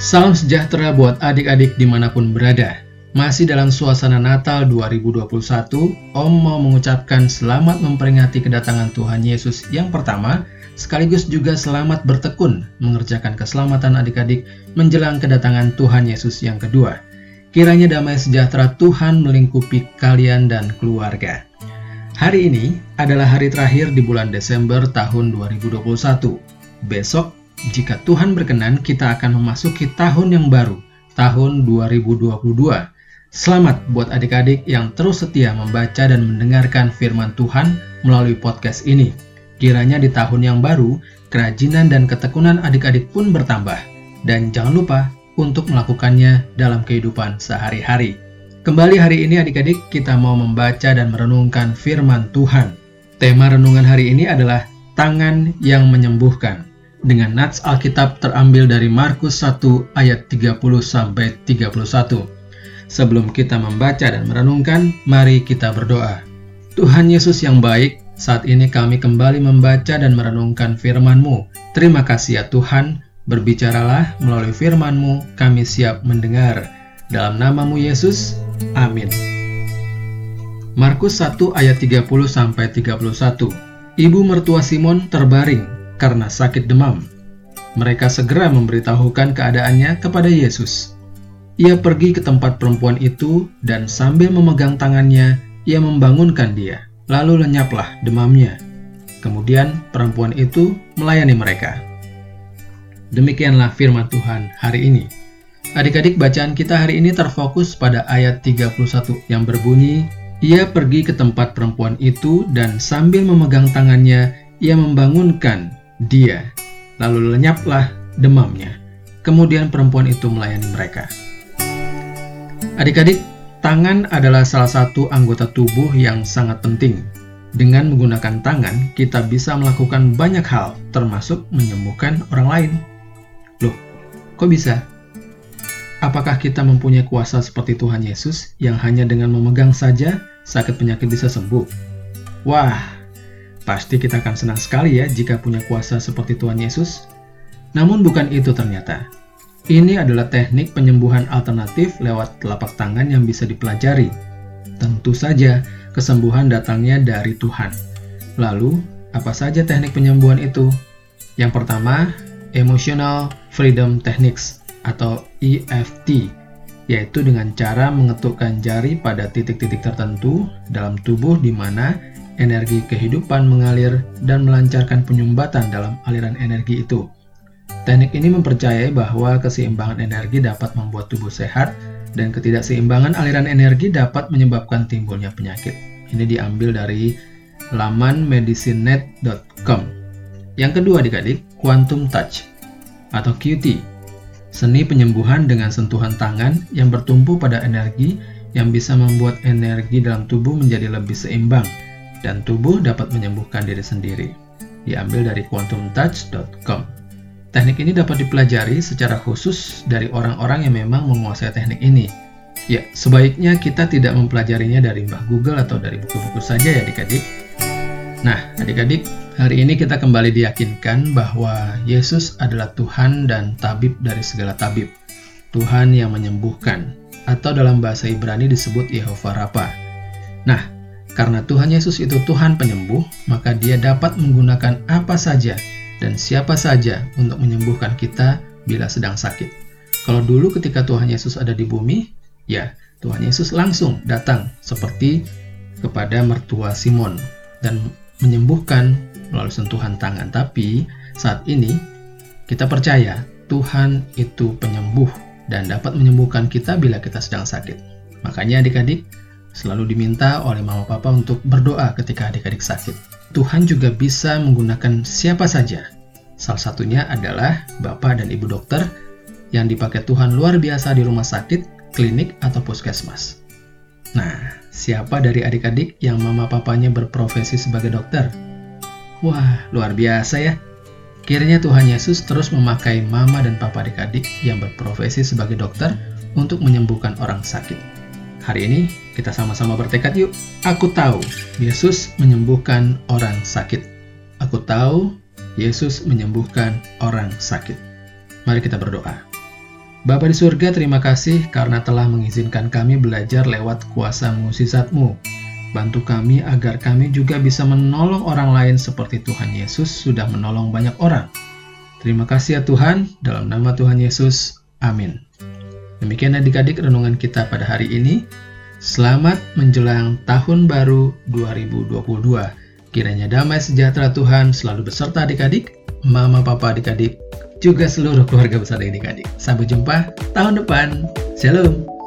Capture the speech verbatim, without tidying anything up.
Salam sejahtera buat adik-adik dimanapun berada. Masih dalam suasana Natal dua ribu dua puluh satu, Om mau mengucapkan selamat memperingati kedatangan Tuhan Yesus yang pertama, sekaligus juga selamat bertekun mengerjakan keselamatan adik-adik menjelang kedatangan Tuhan Yesus yang kedua. Kiranya damai sejahtera Tuhan melingkupi kalian dan keluarga. Hari ini adalah hari terakhir di bulan Desember tahun dua ribu dua puluh satu. Besok, jika Tuhan berkenan, kita akan memasuki tahun yang baru, tahun dua ribu dua puluh dua. Selamat buat adik-adik yang terus setia membaca dan mendengarkan firman Tuhan melalui podcast ini. Kiranya di tahun yang baru, kerajinan dan ketekunan adik-adik pun bertambah. Dan jangan lupa untuk melakukannya dalam kehidupan sehari-hari. Kembali hari ini adik-adik, kita mau membaca dan merenungkan firman Tuhan. Tema renungan hari ini adalah tangan yang menyembuhkan. Dengan nats Alkitab terambil dari Markus satu ayat tiga puluh sampai tiga puluh satu. Sebelum kita membaca dan merenungkan, mari kita berdoa. Tuhan Yesus yang baik, saat ini kami kembali membaca dan merenungkan firman-Mu. Terima kasih ya Tuhan, berbicaralah melalui firman-Mu, kami siap mendengar. Dalam nama-Mu Yesus, amin. Markus satu ayat tiga puluh sampai tiga puluh satu. Ibu mertua Simon terbaring karena sakit demam. Mereka segera memberitahukan keadaannya kepada Yesus. Ia pergi ke tempat perempuan itu dan sambil memegang tangannya, ia membangunkan dia. Lalu lenyaplah demamnya. Kemudian perempuan itu melayani mereka. Demikianlah firman Tuhan hari ini. Adik-adik, bacaan kita hari ini terfokus pada ayat tiga puluh satu yang berbunyi, ia pergi ke tempat perempuan itu dan sambil memegang tangannya, ia membangunkan dia, lalu lenyaplah demamnya. Kemudian perempuan itu melayani mereka. Adik-adik, tangan adalah salah satu anggota tubuh yang sangat penting. Dengan menggunakan tangan, kita bisa melakukan banyak hal, termasuk menyembuhkan orang lain. Loh, kok bisa? Apakah kita mempunyai kuasa seperti Tuhan Yesus yang hanya dengan memegang saja sakit penyakit bisa sembuh? Wah, pasti kita akan senang sekali ya jika punya kuasa seperti Tuhan Yesus. Namun bukan itu ternyata. Ini adalah teknik penyembuhan alternatif lewat telapak tangan yang bisa dipelajari. Tentu saja kesembuhan datangnya dari Tuhan. Lalu, apa saja teknik penyembuhan itu? Yang pertama, Emotional Freedom Techniques atau E F T, yaitu dengan cara mengetukkan jari pada titik-titik tertentu dalam tubuh di mana energi kehidupan mengalir dan melancarkan penyumbatan dalam aliran energi itu. Teknik ini mempercayai bahwa keseimbangan energi dapat membuat tubuh sehat dan ketidakseimbangan aliran energi dapat menyebabkan timbulnya penyakit. Ini diambil dari laman medicinenet dot com. Yang kedua adik-adik, Quantum Touch atau Q T. Seni penyembuhan dengan sentuhan tangan yang bertumpu pada energi yang bisa membuat energi dalam tubuh menjadi lebih seimbang dan tubuh dapat menyembuhkan diri sendiri. Diambil dari quantum touch dot com. Teknik ini dapat dipelajari secara khusus dari orang-orang yang memang menguasai teknik ini. Ya, sebaiknya kita tidak mempelajarinya dari Mbah Google atau dari buku-buku saja ya adik-adik. Nah, adik-adik, hari ini kita kembali diyakinkan bahwa Yesus adalah Tuhan dan tabib dari segala tabib. Tuhan yang menyembuhkan, atau dalam bahasa Ibrani disebut Yehovah Rafa. Nah, karena Tuhan Yesus itu Tuhan penyembuh, maka Dia dapat menggunakan apa saja dan siapa saja untuk menyembuhkan kita bila sedang sakit. Kalau dulu ketika Tuhan Yesus ada di bumi, ya Tuhan Yesus langsung datang seperti kepada mertua Simon dan menyembuhkan melalui sentuhan tangan. Tapi saat ini kita percaya Tuhan itu penyembuh dan dapat menyembuhkan kita bila kita sedang sakit. Makanya adik-adik selalu diminta oleh mama papa untuk berdoa ketika adik-adik sakit. Tuhan juga bisa menggunakan siapa saja. Salah satunya adalah bapak dan ibu dokter yang dipakai Tuhan luar biasa di rumah sakit, klinik, atau puskesmas. Nah, siapa dari adik-adik yang mama papanya berprofesi sebagai dokter? Wah, luar biasa ya. Kiranya Tuhan Yesus terus memakai mama dan papa adik-adik yang berprofesi sebagai dokter untuk menyembuhkan orang sakit. Hari ini kita sama-sama bertekad yuk. Aku tahu Yesus menyembuhkan orang sakit. Aku tahu Yesus menyembuhkan orang sakit. Mari kita berdoa. Bapa di surga, terima kasih karena telah mengizinkan kami belajar lewat kuasa mukjizat-Mu. Bantu kami agar kami juga bisa menolong orang lain seperti Tuhan Yesus sudah menolong banyak orang. Terima kasih ya Tuhan, dalam nama Tuhan Yesus. Amin. Demikian adik-adik renungan kita pada hari ini. Selamat menjelang tahun baru dua ribu dua puluh dua. Kiranya damai sejahtera Tuhan selalu beserta adik-adik, mama, papa, adik-adik, juga seluruh keluarga besar adik-adik. Sampai jumpa tahun depan. Shalom.